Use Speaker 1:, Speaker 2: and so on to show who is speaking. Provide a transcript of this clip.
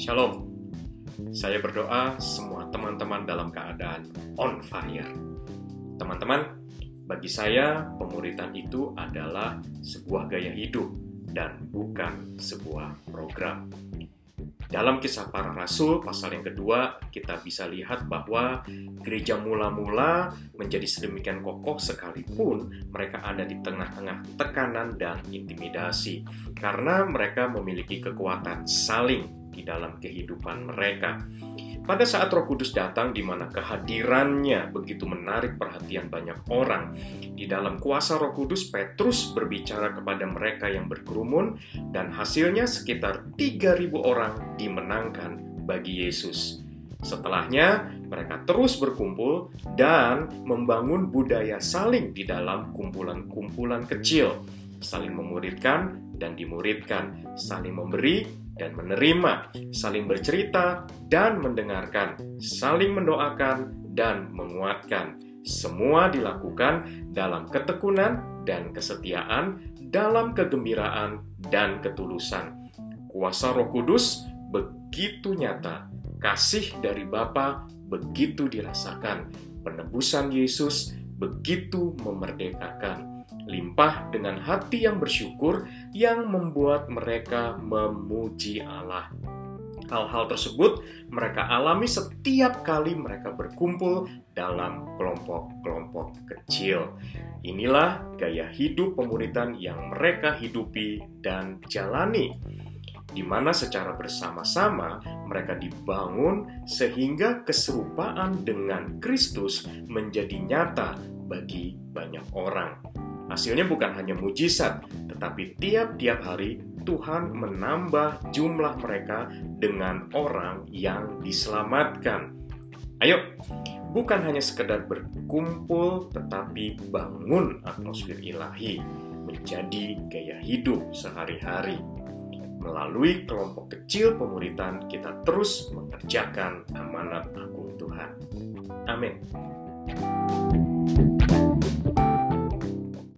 Speaker 1: Shalom. Saya berdoa semua teman-teman dalam keadaan on fire. Teman-teman, bagi saya pemuridan itu adalah sebuah gaya hidup dan bukan sebuah program. Dalam Kisah Para Rasul, pasal yang kedua, kita bisa lihat bahwa gereja mula-mula menjadi sedemikian kokoh sekalipun mereka ada di tengah-tengah tekanan dan intimidasi, karena mereka memiliki kekuatan saling di dalam kehidupan mereka. Pada saat Roh Kudus datang, di mana kehadirannya begitu menarik perhatian banyak orang, di dalam kuasa Roh Kudus, Petrus berbicara kepada mereka yang berkerumun, dan hasilnya sekitar 3.000 orang dimenangkan bagi Yesus. Setelahnya, mereka terus berkumpul dan membangun budaya saling di dalam kumpulan-kumpulan kecil, saling memuridkan dan dimuridkan, saling memberi dan menerima, saling bercerita dan mendengarkan, saling mendoakan dan menguatkan. Semua dilakukan dalam ketekunan dan kesetiaan, dalam kegembiraan dan ketulusan. Kuasa Roh Kudus begitu nyata, kasih dari Bapa begitu dirasakan, penebusan Yesus begitu memerdekakan. Limpah dengan hati yang bersyukur yang membuat mereka memuji Allah. Hal-hal tersebut mereka alami setiap kali mereka berkumpul dalam kelompok-kelompok kecil. Inilah gaya hidup pemuridan yang mereka hidupi dan jalani, di mana secara bersama-sama mereka dibangun sehingga keserupaan dengan Kristus menjadi nyata bagi banyak orang. Hasilnya bukan hanya mujizat, tetapi tiap-tiap hari Tuhan menambah jumlah mereka dengan orang yang diselamatkan. Ayo, bukan hanya sekedar berkumpul, tetapi bangun atmosfer ilahi menjadi gaya hidup sehari-hari. Melalui kelompok kecil pemuridan, kita terus mengerjakan amanat agung Tuhan. Amin.